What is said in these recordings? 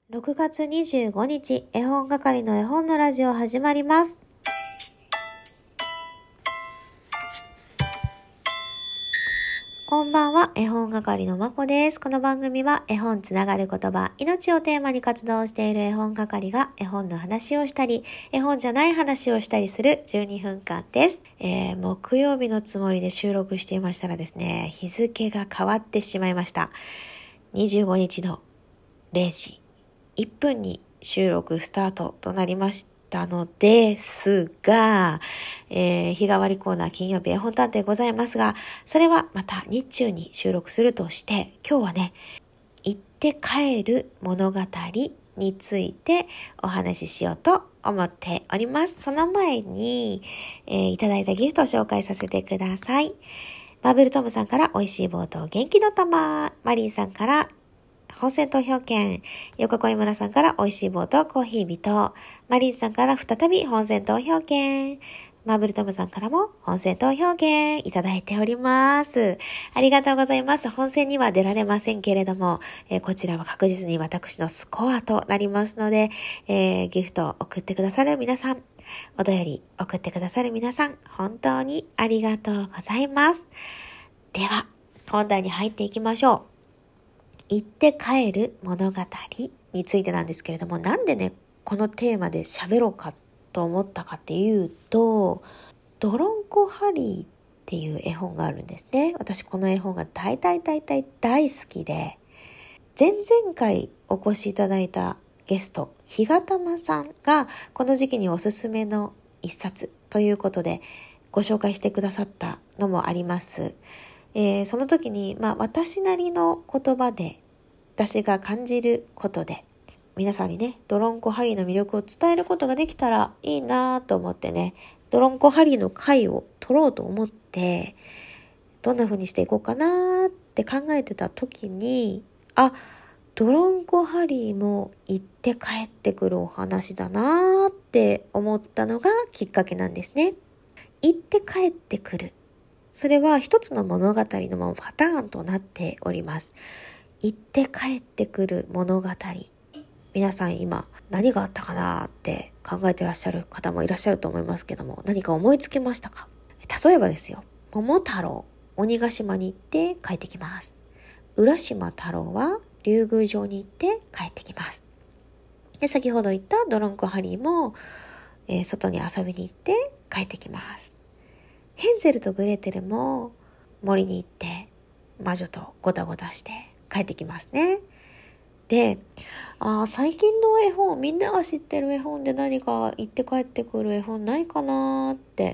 6月25日、絵本係の絵本のラジオ始まります。こんばんは、絵本係のまこです。この番組は絵本つながる言葉、命をテーマに活動している絵本係が絵本の話をしたり、絵本じゃない話をしたりする12分間です。木曜日のつもりで収録していましたらですね、日付が変わってしまいました。25日の0時1分に収録スタートとなりましたのですが、日替わりコーナー金曜日絵本探偵ございますが、それはまた日中に収録するとして、今日はね、行って帰る物語についてお話ししようと思っております。その前に、いただいたギフトを紹介させてください。バーブルトムさんから美味しい棒と元気の玉、マリンさんから本選投票券、横小井村さんから美味しい棒とコーヒービト、マリンさんから再び本選投票券、マーブルトムさんからも本選投票券いただいております。ありがとうございます。本選には出られませんけれども、こちらは確実に私のスコアとなりますので、ギフトを送ってくださる皆さん、お便り送ってくださる皆さん、本当にありがとうございます。では、本題に入っていきましょう。行って帰る物語についてなんですけれども、なんでね、このテーマで喋ろうかと思ったかっていうと、ドロンコハリーっていう絵本があるんですね。私この絵本が大好きで、前々回お越しいただいたゲスト、ひがたまさんがこの時期におすすめの一冊ということでご紹介してくださったのもあります。その時に、私なりの言葉で、私が感じることで、皆さんにね、ドロンコハリーの魅力を伝えることができたらいいなと思ってね、ドロンコハリーの回を取ろうと思って、どんな風にしていこうかなって考えてた時に、ドロンコハリーも行って帰ってくるお話だなって思ったのがきっかけなんですね。行って帰ってくる。それは一つの物語のパターンとなっております。行って帰ってくる物語。皆さん今何があったかなって考えてらっしゃる方もいらっしゃると思いますけども、何か思いつきましたか？例えばですよ、桃太郎、鬼ヶ島に行って帰ってきます。浦島太郎は竜宮城に行って帰ってきます。で、先ほど言ったドロンコハリーも、外に遊びに行って帰ってきます。ヘンゼルとグレーテルも森に行って魔女とゴタゴタして帰ってきますね。で、最近の絵本、みんなが知ってる絵本で何か行って帰ってくる絵本ないかなって。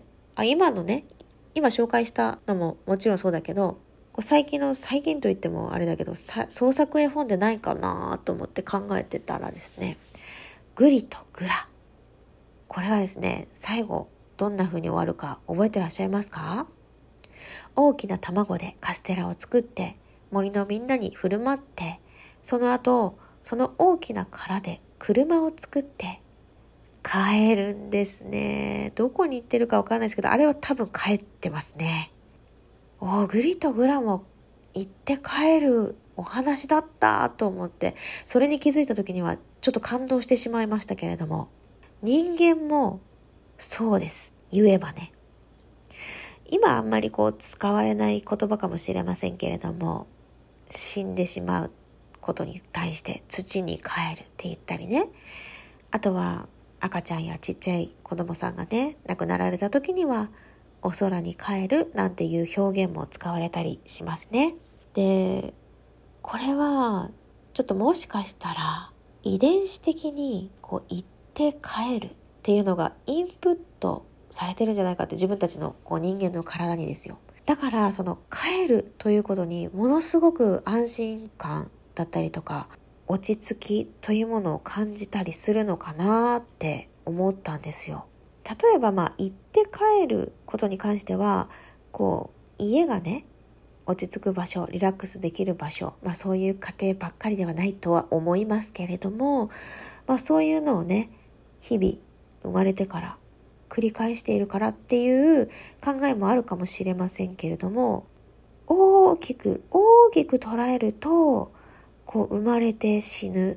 今紹介したのももちろんそうだけど、最近と言ってもあれだけど、創作絵本でないかなと思って考えてたらですね、グリとグラ。これはですね、最後、どんな風に終わるか覚えてらっしゃいますか？大きな卵でカステラを作って森のみんなに振る舞って、その後その大きな殻で車を作って帰るんですね。どこに行ってるかわかんないですけど、あれは多分帰ってますね。グリとグラも行って帰るお話だったと思って、それに気づいた時にはちょっと感動してしまいましたけれども、人間もそうです。言えばね。今あんまり使われない言葉かもしれませんけれども、死んでしまうことに対して土に帰るって言ったりね。あとは赤ちゃんやちっちゃい子供さんがね、亡くなられた時にはお空に帰るなんていう表現も使われたりしますね。で、これはちょっともしかしたら遺伝子的に行って帰るっていうのがインプットされてるんじゃないかって、自分たちの人間の体にですよ。だからその帰るということにものすごく安心感だったりとか落ち着きというものを感じたりするのかなって思ったんですよ。例えば行って帰ることに関しては家がね、落ち着く場所、リラックスできる場所、そういう家庭ばっかりではないとは思いますけれども、そういうのをね、日々生まれてから繰り返しているからっていう考えもあるかもしれませんけれども、大きく捉えると生まれて死ぬ、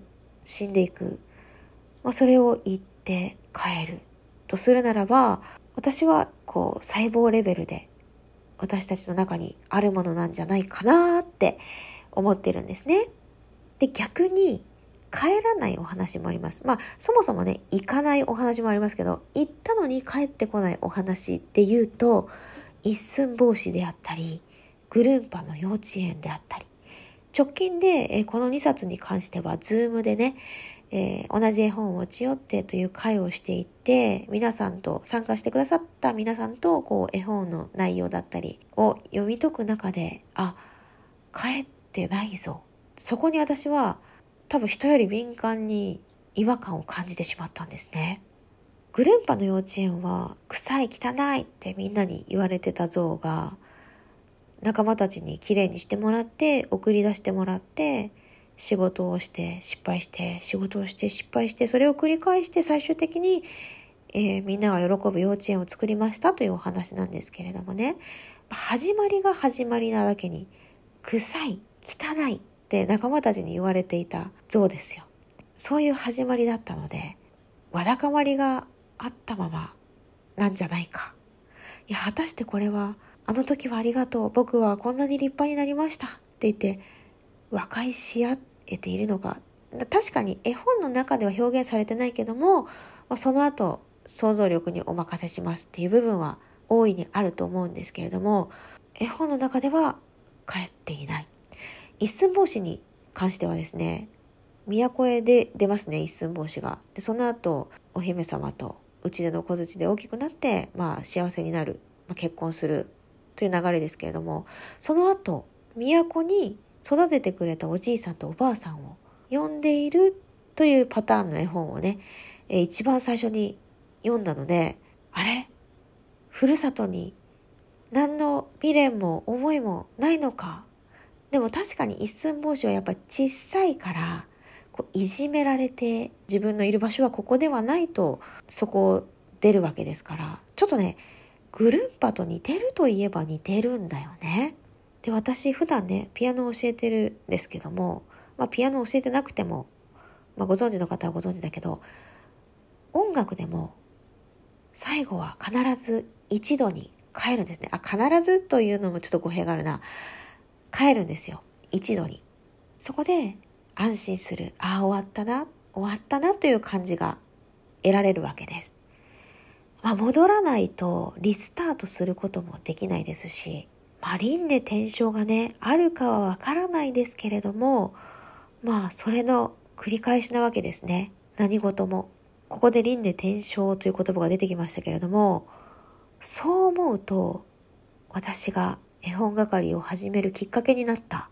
死んでいく、それを言って帰るとするならば、私は細胞レベルで私たちの中にあるものなんじゃないかなって思ってるんですね。で、逆に帰らないお話もあります。そもそもね、行かないお話もありますけど、行ったのに帰ってこないお話で言うと、一寸法師であったり、ぐるんぱの幼稚園であったり、直近でこの2冊に関しては、ズームでね、同じ絵本を持ち寄ってという会をしていて、皆さんと参加してくださった皆さんと絵本の内容だったりを読み解く中で、帰ってないぞ。そこに私は多分人より敏感に違和感を感じてしまったんですね。ぐるんぱの幼稚園は臭い汚いってみんなに言われてた像が、仲間たちにきれいにしてもらって送り出してもらって、仕事をして失敗して仕事をして失敗して、それを繰り返して最終的に、みんなが喜ぶ幼稚園を作りましたというお話なんですけれどもね、始まりが始まりなだけに臭い汚いって仲間たちに言われていた像ですよ。そういう始まりだったので、わだかまりがあったままなんじゃないか。いや、果たしてこれは、あの時はありがとう、僕はこんなに立派になりましたって言って和解し合えているのか。確かに絵本の中では表現されてないけども、その後想像力にお任せしますっていう部分は大いにあると思うんですけれども、絵本の中では帰っていない。一寸法師に関してはですね、都へで出ますね、一寸法師が。で、その後お姫様と内出の小槌で大きくなって、幸せになる、結婚するという流れですけれども、その後都に育ててくれたおじいさんとおばあさんを呼んでいるというパターンの絵本をね、一番最初に読んだので、あれ、ふるさとに何の未練も思いもないのか。でも確かに一寸法師はやっぱ小さいからいじめられて、自分のいる場所はここではないとそこを出るわけですから、ちょっとね、ぐるんぱと似てるといえば似てるんだよね。で、私普段ねピアノを教えてるんですけども、ピアノを教えてなくても、ご存知の方はご存知だけど、音楽でも最後は必ず一度に帰るんですね。必ずというのもちょっと語弊があるな。帰るんですよ、一度に。そこで安心する。終わったな、終わったなという感じが得られるわけです。戻らないとリスタートすることもできないですし、輪廻転生がね、あるかはわからないですけれども、それの繰り返しなわけですね。何事も。ここで輪廻転生という言葉が出てきましたけれども、そう思うと、私が絵本係を始めるきっかけになった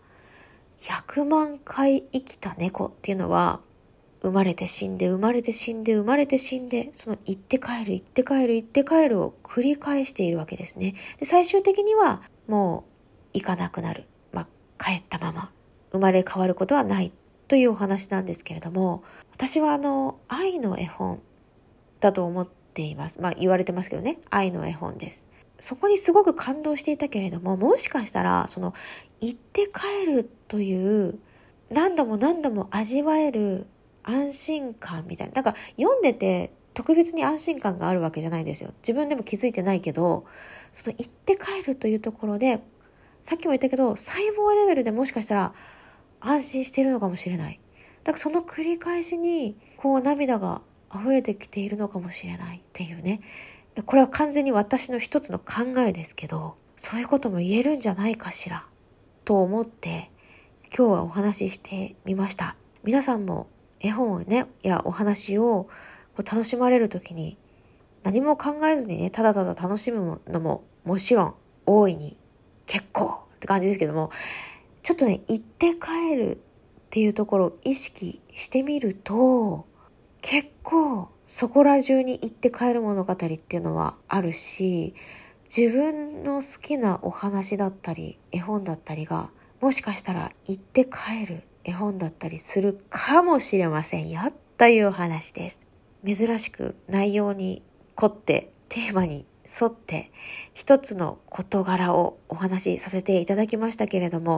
100万回生きた猫っていうのは、生まれて死んで生まれて死んで生まれて死んで、その行って帰る行って帰る行って帰るを繰り返しているわけですね。で、最終的にはもう行かなくなる、帰ったまま生まれ変わることはないというお話なんですけれども、私は愛の絵本だと思っています。言われてますけどね、愛の絵本です。そこにすごく感動していたけれども、もしかしたらその行って帰るという何度も何度も味わえる安心感みたいな、読んでて特別に安心感があるわけじゃないんですよ。自分でも気づいてないけど、その行って帰るというところで、さっきも言ったけど細胞レベルでもしかしたら安心しているのかもしれない。その繰り返しに涙が溢れてきているのかもしれないっていうね。これは完全に私の一つの考えですけど、そういうことも言えるんじゃないかしらと思って今日はお話ししてみました。皆さんも絵本をね、お話を楽しまれるときに、何も考えずにね、ただただ楽しむのももちろん大いに結構って感じですけども、ちょっとね、行って帰るっていうところを意識してみると、結構そこら中に行って帰る物語っていうのはあるし、自分の好きなお話だったり絵本だったりが、もしかしたら行って帰る絵本だったりするかもしれませんよというお話です。珍しく内容に凝ってテーマに沿って一つの事柄をお話しさせていただきましたけれども、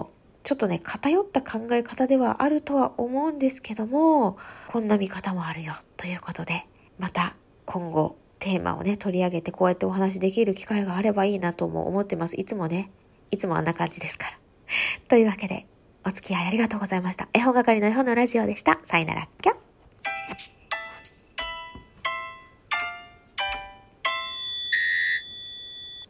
ちょっとね、偏った考え方ではあるとは思うんですけども、こんな見方もあるよということで、また今後テーマをね、取り上げてこうやってお話できる機会があればいいなとも思ってます。いつもあんな感じですから。というわけで、お付き合いありがとうございました。絵本係の絵本のラジオでした。さよならっきょ。